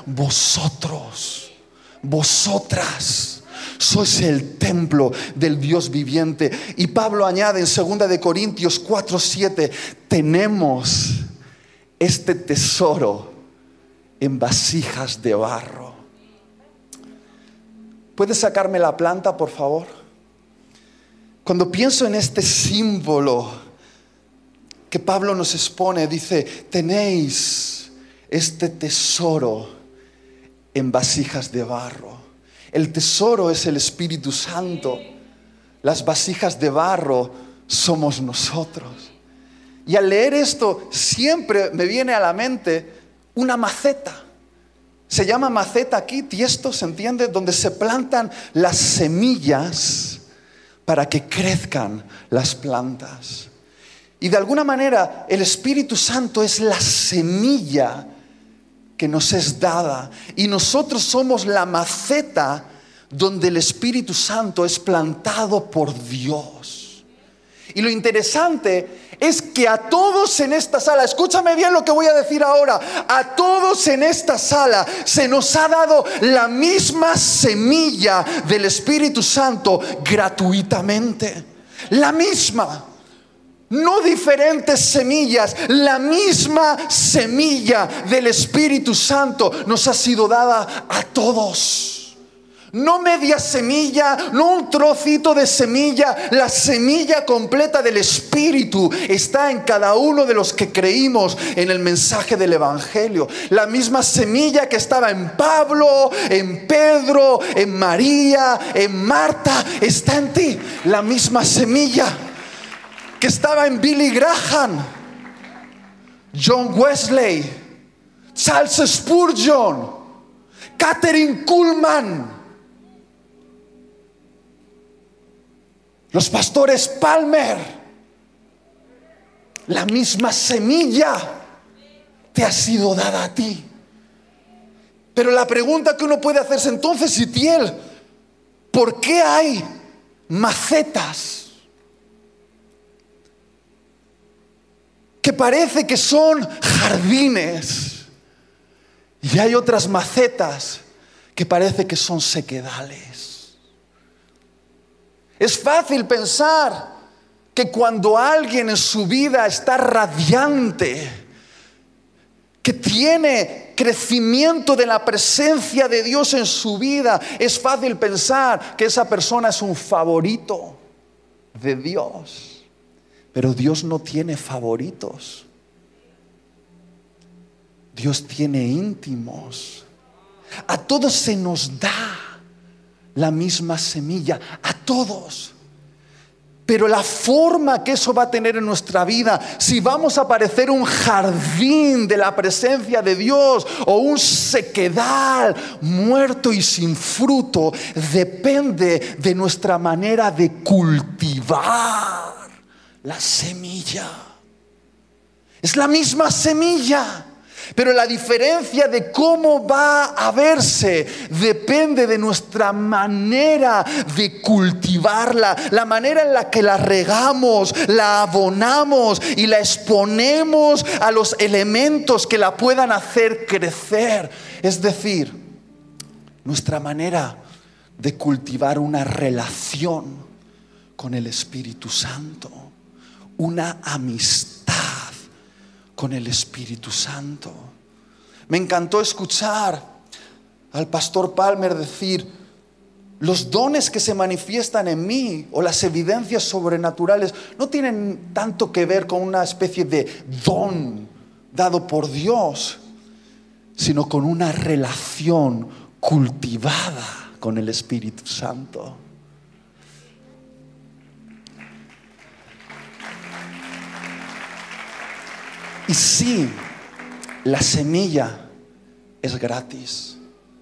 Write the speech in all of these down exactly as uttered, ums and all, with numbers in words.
vosotros, vosotras sois el templo del Dios viviente. Y Pablo añade en segunda de Corintios cuatro siete, tenemos este tesoro en vasijas de barro. ¿Puedes sacarme la planta, por favor? Cuando pienso en este símbolo que Pablo nos expone, dice, tenéis este tesoro en vasijas de barro. El tesoro es el Espíritu Santo. Las vasijas de barro somos nosotros. Y al leer esto siempre me viene a la mente una maceta. Se llama maceta aquí, tiesto, ¿se entiende? Donde se plantan las semillas para que crezcan las plantas. Y de alguna manera el Espíritu Santo es la semilla que nos es dada. Y nosotros somos la maceta donde el Espíritu Santo es plantado por Dios. Y lo interesante es que a todos en esta sala, escúchame bien lo que voy a decir ahora, a todos en esta sala se nos ha dado la misma semilla del Espíritu Santo gratuitamente. La misma. No diferentes semillas, la misma semilla del Espíritu Santo nos ha sido dada a todos. No media semilla, no un trocito de semilla, la semilla completa del Espíritu está en cada uno de los que creímos en el mensaje del Evangelio. La misma semilla que estaba en Pablo, en Pedro, en María, en Marta, está en ti. La misma semilla que estaba en Billy Graham, John Wesley, Charles Spurgeon, Catherine Kuhlman, los pastores Palmer. La misma semilla te ha sido dada a ti. Pero la pregunta que uno puede hacerse entonces, Itiel, ¿por qué hay macetas que parece que son jardines y hay otras macetas que parece que son sequedales? Es fácil pensar que cuando alguien en su vida está radiante, que tiene crecimiento de la presencia de Dios en su vida, es fácil pensar que esa persona es un favorito de Dios. Pero Dios no tiene favoritos. Dios tiene íntimos. A todos se nos da la misma semilla, a todos. Pero la forma que eso va a tener en nuestra vida, si vamos a parecer un jardín de la presencia de Dios o un sequedal muerto y sin fruto, depende de nuestra manera de cultivar la semilla. Es la misma semilla, pero la diferencia de cómo va a verse depende de nuestra manera de cultivarla, la manera en la que la regamos, la abonamos y la exponemos a los elementos que la puedan hacer crecer. Es decir, nuestra manera de cultivar una relación con el Espíritu Santo, una amistad con el Espíritu Santo. Me encantó escuchar al pastor Palmer decir: los dones que se manifiestan en mí o las evidencias sobrenaturales no tienen tanto que ver con una especie de don dado por Dios, sino con una relación cultivada con el Espíritu Santo. Y sí, la semilla es gratis,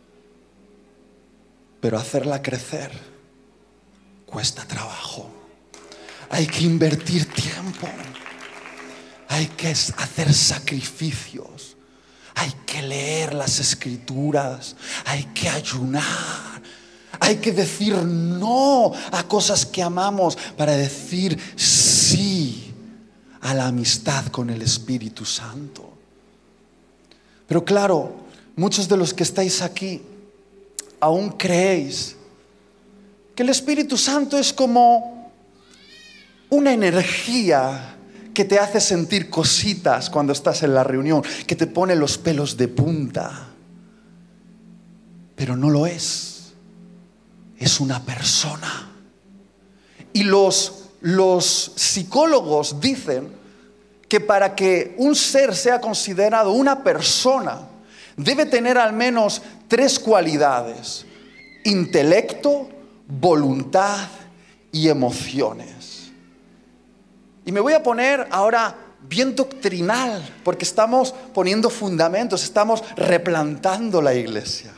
pero hacerla crecer cuesta trabajo. Hay que invertir tiempo, hay que hacer sacrificios, hay que leer las Escrituras, hay que ayunar, hay que decir no a cosas que amamos para decir sí a la amistad con el Espíritu Santo. Pero claro, muchos de los que estáis aquí aún creéis que el Espíritu Santo es como una energía que te hace sentir cositas cuando estás en la reunión, que te pone los pelos de punta. Pero no lo es. Es una persona. Y los, los psicólogos dicen que para que un ser sea considerado una persona, debe tener al menos tres cualidades: intelecto, voluntad y emociones. Y me voy a poner ahora bien doctrinal, porque estamos poniendo fundamentos, estamos replantando la iglesia.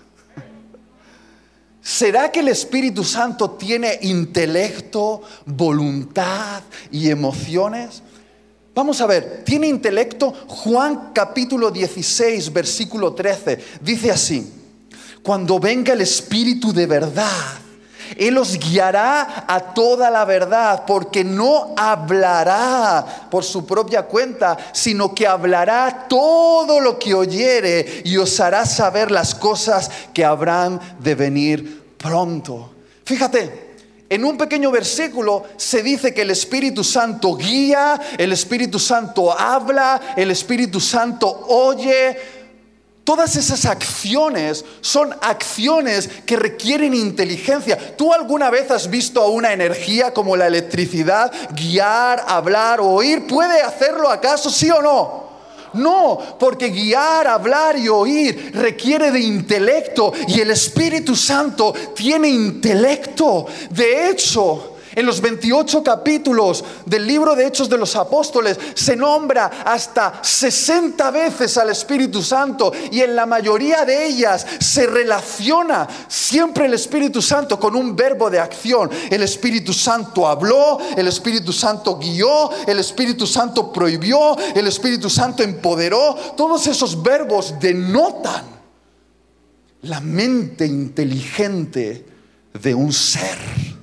¿Será que el Espíritu Santo tiene intelecto, voluntad y emociones? Vamos a ver, tiene intelecto. Juan capítulo dieciséis, versículo trece, dice así: cuando venga el Espíritu de verdad, Él os guiará a toda la verdad, porque no hablará por su propia cuenta, sino que hablará todo lo que oyere y os hará saber las cosas que habrán de venir pronto. Fíjate, en un pequeño versículo se dice que el Espíritu Santo guía, el Espíritu Santo habla, el Espíritu Santo oye. Todas esas acciones son acciones que requieren inteligencia. ¿Tú alguna vez has visto a una energía como la electricidad guiar, hablar o oír? ¿Puede hacerlo acaso, sí o no? No, porque guiar, hablar y oír requiere de intelecto, y el Espíritu Santo tiene intelecto. De hecho, en los veintiocho capítulos del libro de Hechos de los Apóstoles se nombra hasta sesenta veces al Espíritu Santo, y en la mayoría de ellas se relaciona siempre el Espíritu Santo con un verbo de acción. El Espíritu Santo habló, el Espíritu Santo guió, el Espíritu Santo prohibió, el Espíritu Santo empoderó. Todos esos verbos denotan la mente inteligente de un ser.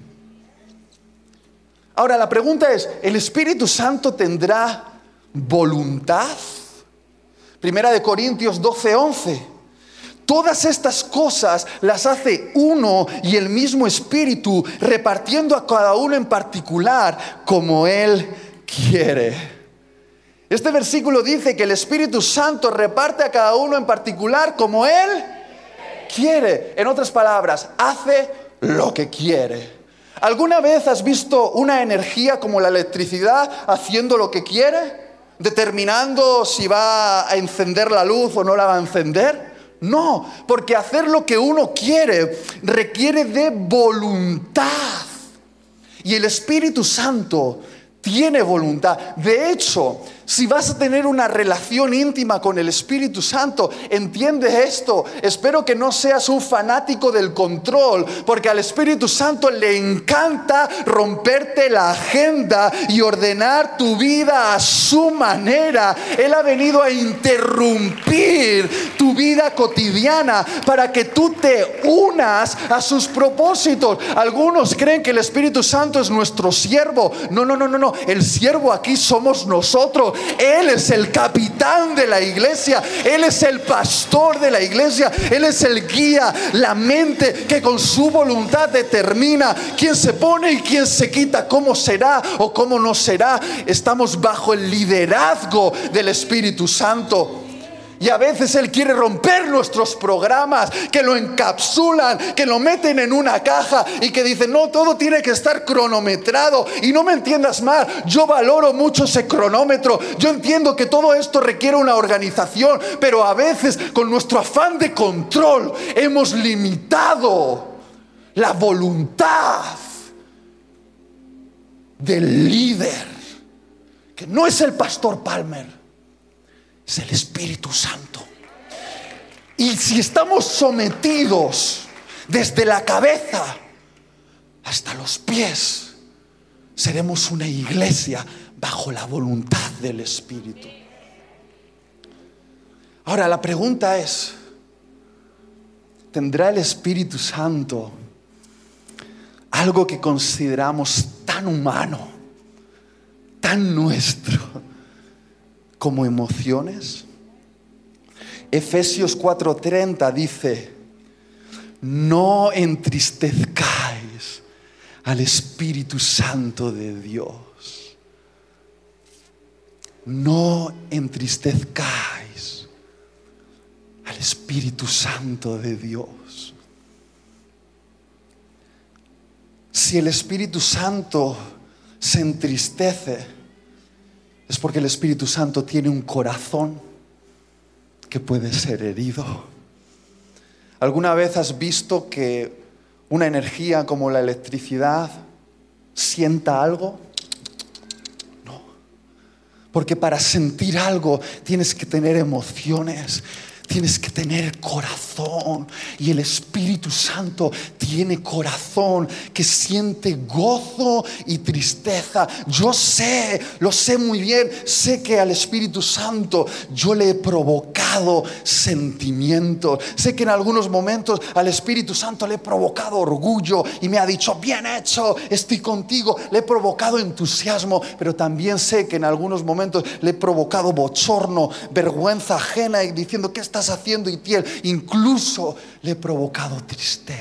Ahora la pregunta es, ¿el Espíritu Santo tendrá voluntad? Primera de Corintios doce, once. Todas estas cosas las hace uno y el mismo Espíritu, repartiendo a cada uno en particular como Él quiere. Este versículo dice que el Espíritu Santo reparte a cada uno en particular como Él quiere. En otras palabras, hace lo que quiere. ¿Alguna vez has visto una energía como la electricidad haciendo lo que quiere? ¿Determinando si va a encender la luz o no la va a encender? No, porque hacer lo que uno quiere requiere de voluntad. Y el Espíritu Santo tiene voluntad. De hecho, si vas a tener una relación íntima con el Espíritu Santo, entiende esto. Espero que no seas un fanático del control, porque al Espíritu Santo le encanta romperte la agenda y ordenar tu vida a su manera. Él ha venido a interrumpir tu vida cotidiana para que tú te unas a sus propósitos. Algunos creen que el Espíritu Santo es nuestro siervo. No, no, no, no, no. El siervo aquí somos nosotros. Él es el capitán de la iglesia, Él es el pastor de la iglesia, Él es el guía, la mente que con su voluntad determina quién se pone y quién se quita, cómo será o cómo no será. Estamos bajo el liderazgo del Espíritu Santo. Y a veces Él quiere romper nuestros programas, que lo encapsulan, que lo meten en una caja y que dicen, no, todo tiene que estar cronometrado. Y no me entiendas mal, yo valoro mucho ese cronómetro. Yo entiendo que todo esto requiere una organización, pero a veces con nuestro afán de control hemos limitado la voluntad del líder, que no es el pastor Palmer, es el Espíritu Santo. Y si estamos sometidos desde la cabeza hasta los pies, seremos una iglesia bajo la voluntad del Espíritu. Ahora la pregunta es, ¿tendrá el Espíritu Santo algo que consideramos tan humano, tan nuestro, como emociones? Efesios cuatro treinta dice: no entristezcáis al Espíritu Santo de Dios. No entristezcáis al Espíritu Santo de Dios. Si el Espíritu Santo se entristece, es porque el Espíritu Santo tiene un corazón que puede ser herido. ¿Alguna vez has visto que una energía como la electricidad sienta algo? No. Porque para sentir algo tienes que tener emociones, tienes que tener corazón. Y el Espíritu Santo tiene corazón que siente gozo y tristeza. Yo sé, lo sé muy bien, sé que al Espíritu Santo yo le he provocado sentimientos. Sé que en algunos momentos al Espíritu Santo le he provocado orgullo y me ha dicho: bien hecho, estoy contigo. Le he provocado entusiasmo, pero también sé que en algunos momentos le he provocado bochorno, vergüenza ajena, y diciendo: ¿qué estás haciendo, Itiel? Incluso le he provocado tristeza.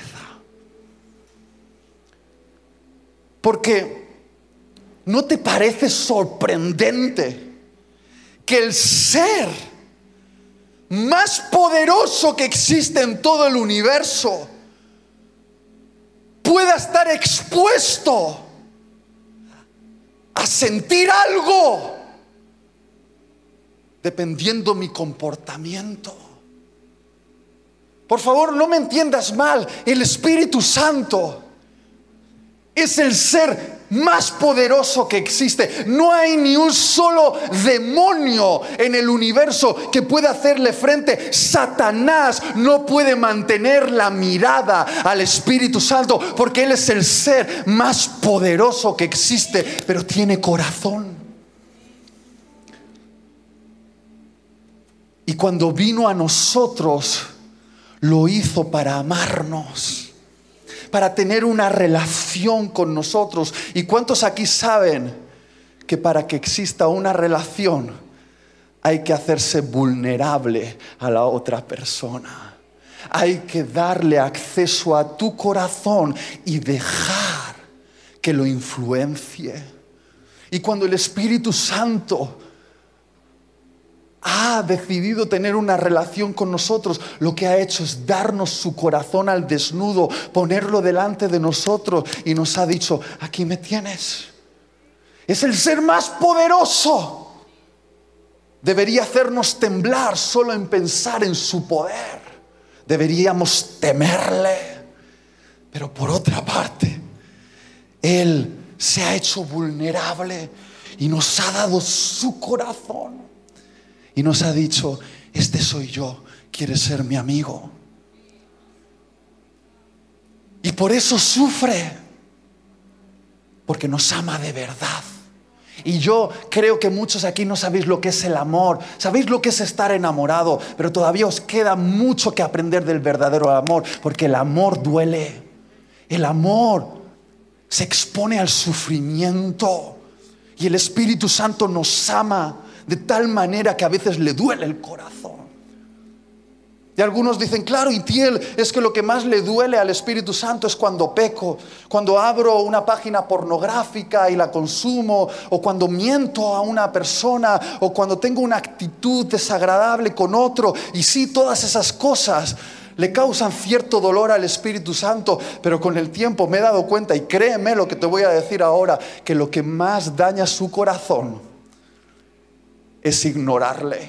Porque ¿no te parece sorprendente que el ser más poderoso que existe en todo el universo pueda estar expuesto a sentir algo dependiendo mi comportamiento? Por favor, no me entiendas mal. El Espíritu Santo es el ser más poderoso que existe. No hay ni un solo demonio en el universo que pueda hacerle frente. Satanás no puede mantener la mirada al Espíritu Santo, porque Él es el ser más poderoso que existe, pero tiene corazón. Y cuando vino a nosotros, lo hizo para amarnos, para tener una relación con nosotros. ¿Y cuántos aquí saben que para que exista una relación hay que hacerse vulnerable a la otra persona? Hay que darle acceso a tu corazón y dejar que lo influencie. Y cuando el Espíritu Santo ha decidido tener una relación con nosotros, lo que ha hecho es darnos su corazón al desnudo, ponerlo delante de nosotros, y nos ha dicho: aquí me tienes. Es el ser más poderoso. Debería hacernos temblar solo en pensar en su poder. Deberíamos temerle. Pero por otra parte, Él se ha hecho vulnerable y nos ha dado su corazón. Y nos ha dicho: este soy yo, ¿quieres ser mi amigo? Y por eso sufre, porque nos ama de verdad. Y yo creo que muchos aquí no sabéis lo que es el amor. Sabéis lo que es estar enamorado, pero todavía os queda mucho que aprender del verdadero amor, porque el amor duele. El amor se expone al sufrimiento. Y el Espíritu Santo nos ama de tal manera que a veces le duele el corazón. Y algunos dicen: claro, Itiel, es que lo que más le duele al Espíritu Santo es cuando peco, cuando abro una página pornográfica y la consumo, o cuando miento a una persona, o cuando tengo una actitud desagradable con otro. Y sí, todas esas cosas le causan cierto dolor al Espíritu Santo, pero con el tiempo me he dado cuenta, y créeme lo que te voy a decir ahora, que lo que más daña su corazón es ignorarle.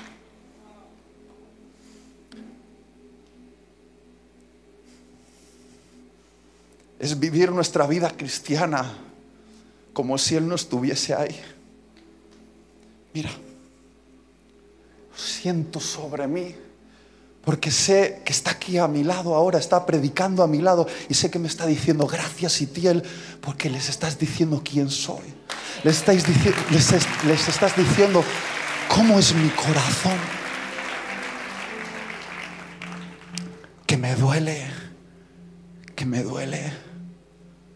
Es vivir nuestra vida cristiana como si Él no estuviese ahí. Mira, lo siento sobre mí, porque sé que está aquí a mi lado ahora, está predicando a mi lado, y sé que me está diciendo: gracias, Itiel, porque les estás diciendo quién soy. Les, estáis dici- les, es- les estás diciendo cómo es mi corazón. Que me duele, que me duele.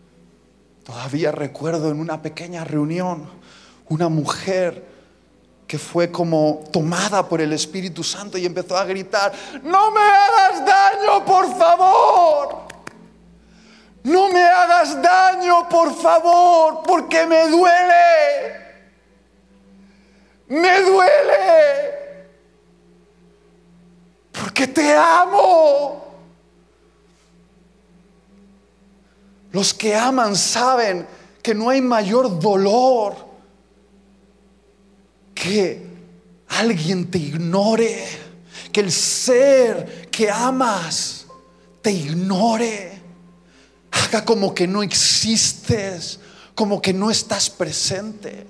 Todavía recuerdo en una pequeña reunión una mujer que fue como tomada por el Espíritu Santo y empezó a gritar: no me hagas daño, por favor. No me hagas daño, por favor, porque me duele. Me duele. Porque te amo. Los que aman saben que no hay mayor dolor que alguien te ignore, que el ser que amas te ignore, haga como que no existes, como que no estás presente.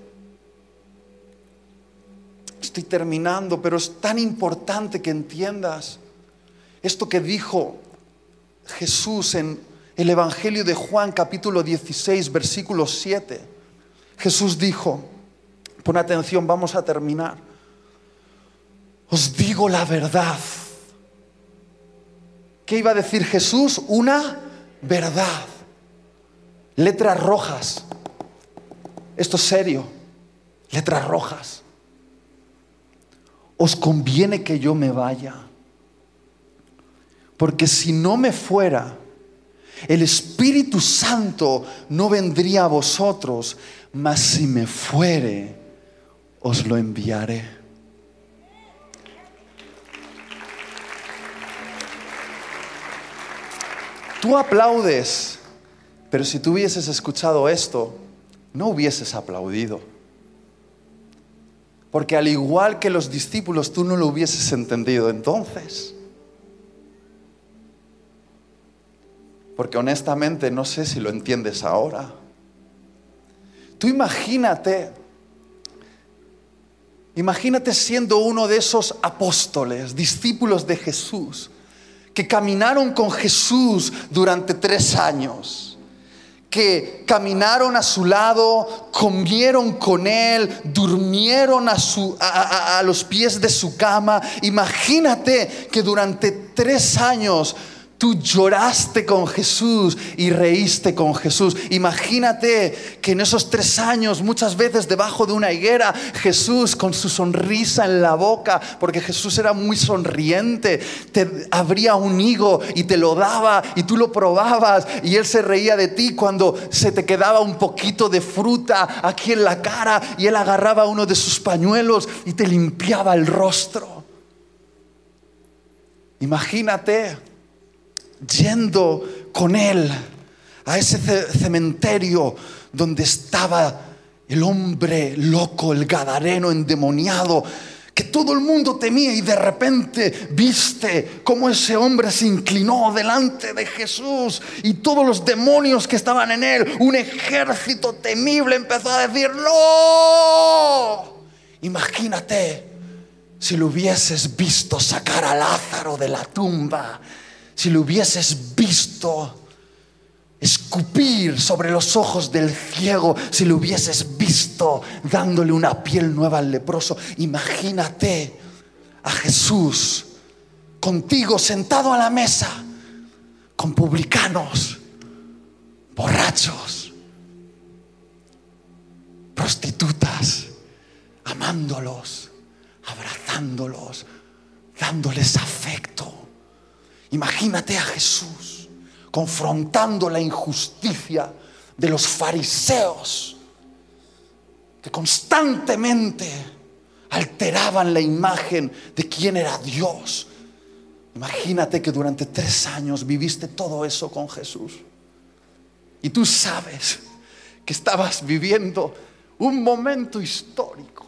Estoy terminando, pero es tan importante que entiendas esto que dijo Jesús en el Evangelio de Juan, capítulo dieciséis, versículo siete. Jesús dijo, pon atención, vamos a terminar: os digo la verdad. ¿Qué iba a decir Jesús? Una verdad. Letras rojas. Esto es serio. Letras rojas. Os conviene que yo me vaya, porque si no me fuera, el Espíritu Santo no vendría a vosotros, mas si me fuere, os lo enviaré. Tú aplaudes, pero si tú hubieses escuchado esto, no hubieses aplaudido. Porque al igual que los discípulos, tú no lo hubieses entendido entonces. Porque honestamente no sé si lo entiendes ahora. Tú imagínate, imagínate siendo uno de esos apóstoles, discípulos de Jesús, que caminaron con Jesús durante tres años. Que caminaron a su lado, comieron con Él, durmieron a, su, a, a, a los pies de su cama. Imagínate que durante tres años tú lloraste con Jesús y reíste con Jesús. Imagínate que en esos tres años, muchas veces debajo de una higuera, Jesús con su sonrisa en la boca, porque Jesús era muy sonriente, te abría un higo y te lo daba y tú lo probabas y Él se reía de ti cuando se te quedaba un poquito de fruta aquí en la cara y Él agarraba uno de sus pañuelos y te limpiaba el rostro. Imagínate yendo con Él a ese cementerio donde estaba el hombre loco, el gadareno endemoniado, que todo el mundo temía, y de repente viste cómo ese hombre se inclinó delante de Jesús y todos los demonios que estaban en él, un ejército temible, empezó a decir: ¡no! Imagínate si lo hubieses visto sacar a Lázaro de la tumba, si lo hubieses visto escupir sobre los ojos del ciego, si lo hubieses visto dándole una piel nueva al leproso. Imagínate a Jesús contigo sentado a la mesa con publicanos, borrachos, prostitutas, amándolos, abrazándolos, dándoles afecto. Imagínate a Jesús confrontando la injusticia de los fariseos que constantemente alteraban la imagen de quién era Dios. Imagínate que durante tres años viviste todo eso con Jesús y tú sabes que estabas viviendo un momento histórico.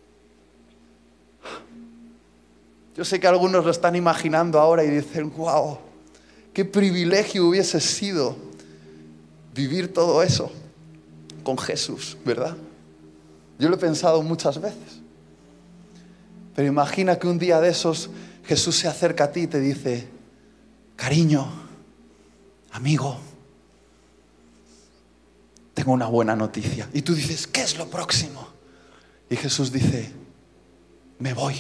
Yo sé que algunos lo están imaginando ahora y dicen: wow, qué privilegio hubiese sido vivir todo eso con Jesús, ¿verdad? Yo lo he pensado muchas veces. Pero imagina que un día de esos Jesús se acerca a ti y te dice: cariño, amigo, tengo una buena noticia. Y tú dices: ¿qué es lo próximo? Y Jesús dice: me voy.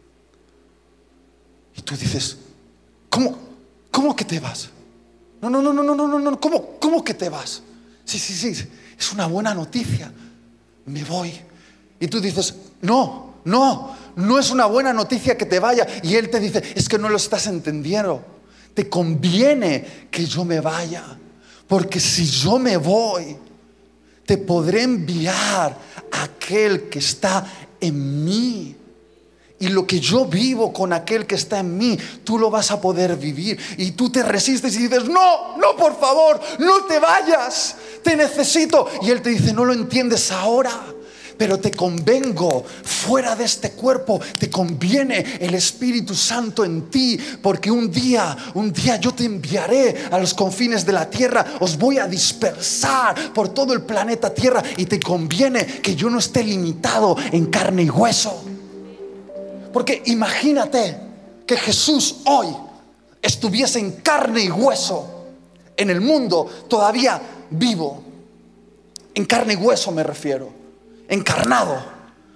Y tú dices: ¿cómo? ¿Cómo que te vas? No, no, no, no, no, no, no, ¿cómo, cómo que te vas? Sí, sí, sí, es una buena noticia. Me voy. Y tú dices: no, No, no es una buena noticia que te vaya. Y Él te dice, es que no lo estás entendiendo. Te conviene que yo me vaya, porque si yo me voy, te podré enviar a aquel que está en mí. Y lo que yo vivo con aquel que está en mí, tú lo vas a poder vivir. Y tú te resistes y dices, no, no, por favor, no te vayas, te necesito. Y Él te dice, no lo entiendes ahora, pero te convengo fuera de este cuerpo. Te conviene el Espíritu Santo en ti, porque un día, un día yo te enviaré a los confines de la tierra. Os voy a dispersar por todo el planeta Tierra, y te conviene que yo no esté limitado en carne y hueso. Porque imagínate que Jesús hoy estuviese en carne y hueso en el mundo, todavía vivo. En carne y hueso me refiero, encarnado.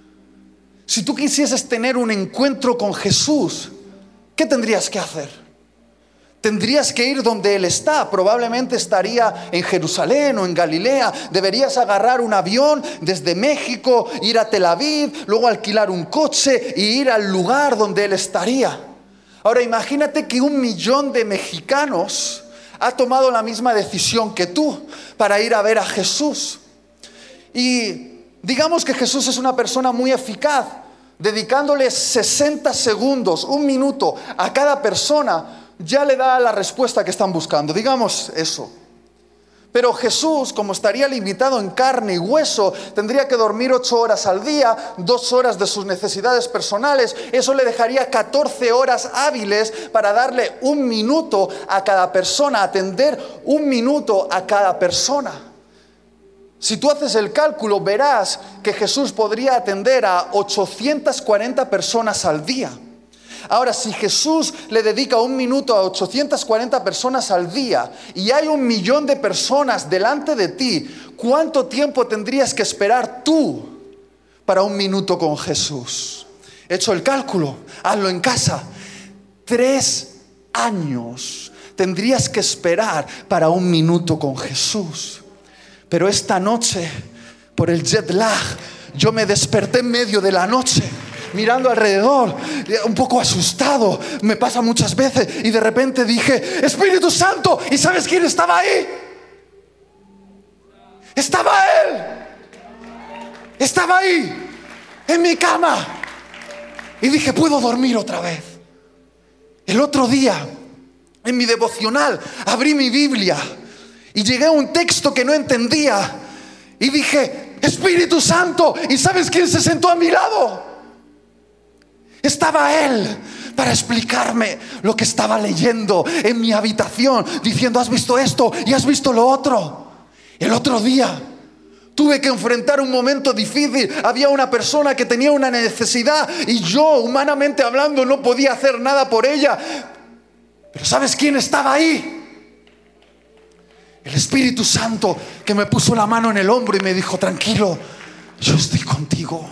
Si tú quisieses tener un encuentro con Jesús, ¿qué tendrías que hacer? Tendrías que ir donde Él está. Probablemente estaría en Jerusalén o en Galilea. Deberías agarrar un avión desde México, ir a Tel Aviv, luego alquilar un coche y ir al lugar donde Él estaría. Ahora imagínate que un millón de mexicanos ha tomado la misma decisión que tú para ir a ver a Jesús. Y digamos que Jesús es una persona muy eficaz, dedicándole sesenta segundos, un minuto a cada persona, ya le da la respuesta que están buscando, digamos eso. Pero Jesús, como estaría limitado en carne y hueso, tendría que dormir ocho horas al día, dos horas de sus necesidades personales. Eso le dejaría catorce horas hábiles para darle un minuto a cada persona, atender un minuto a cada persona. Si tú haces el cálculo, verás que Jesús podría atender a ochocientas cuarenta personas al día. Ahora, si Jesús le dedica un minuto a ochocientas cuarenta personas al día y hay un millón de personas delante de ti, ¿cuánto tiempo tendrías que esperar tú para un minuto con Jesús? He hecho el cálculo, hazlo en casa. Tres años tendrías que esperar para un minuto con Jesús. Pero esta noche, por el jet lag, yo me desperté en medio de la noche, mirando alrededor, un poco asustado. Me pasa muchas veces. Y de repente dije, Espíritu Santo. ¿Y sabes quién estaba ahí? Estaba Él. Estaba ahí, en mi cama. Y dije, puedo dormir otra vez. El otro día, en mi devocional, abrí mi Biblia y llegué a un texto que no entendía. Y dije, Espíritu Santo. ¿Y sabes quién se sentó a mi lado? Estaba Él para explicarme lo que estaba leyendo en mi habitación, diciendo, ¿has visto esto? Y has visto lo otro. El otro día tuve que enfrentar un momento difícil. Había una persona que tenía una necesidad y yo, humanamente hablando, no podía hacer nada por ella. Pero ¿sabes quién estaba ahí? El Espíritu Santo, que me puso la mano en el hombro y me dijo, tranquilo, yo estoy contigo.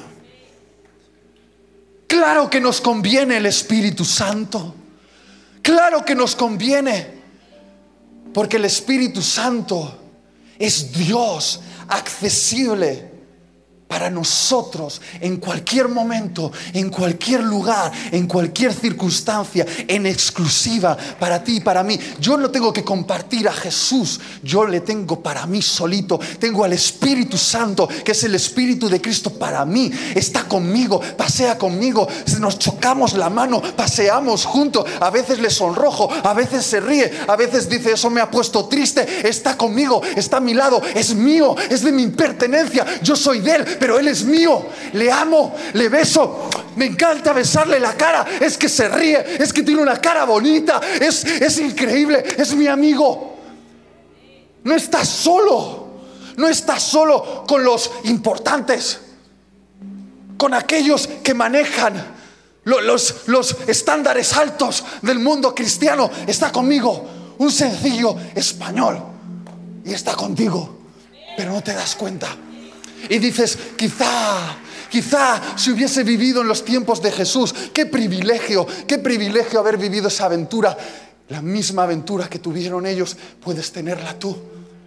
Claro que nos conviene el Espíritu Santo. Claro que nos conviene. Porque el Espíritu Santo es Dios accesible para nosotros en cualquier momento, en cualquier lugar, en cualquier circunstancia, en exclusiva para ti y para mí. Yo no tengo que compartir a Jesús, yo le tengo para mí solito. Tengo al Espíritu Santo, que es el Espíritu de Cristo para mí. Está conmigo, pasea conmigo, nos chocamos la mano, paseamos juntos. A veces le sonrojo, a veces se ríe, a veces dice, eso me ha puesto triste. Está conmigo, está a mi lado, es mío, es de mi pertenencia. Yo soy de Él, pero Él es mío. Le amo, le beso, me encanta besarle la cara. Es que se ríe, es que tiene una cara bonita, es, es increíble, es mi amigo. No estás solo, no estás solo con los importantes, con aquellos que manejan los, los, los estándares altos del mundo cristiano. Está conmigo un sencillo español y está contigo, pero no te das cuenta. Y dices, quizá, quizá si hubiese vivido en los tiempos de Jesús, qué privilegio, qué privilegio haber vivido esa aventura. La misma aventura que tuvieron ellos, puedes tenerla tú.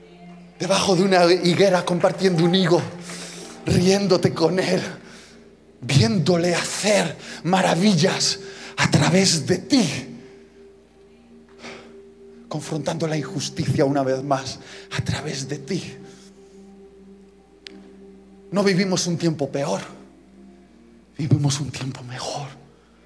Debajo de una higuera compartiendo un higo, riéndote con Él. viéndole hacer maravillas a través de ti, confrontando la injusticia una vez más a través de ti. No vivimos un tiempo peor, vivimos un tiempo mejor.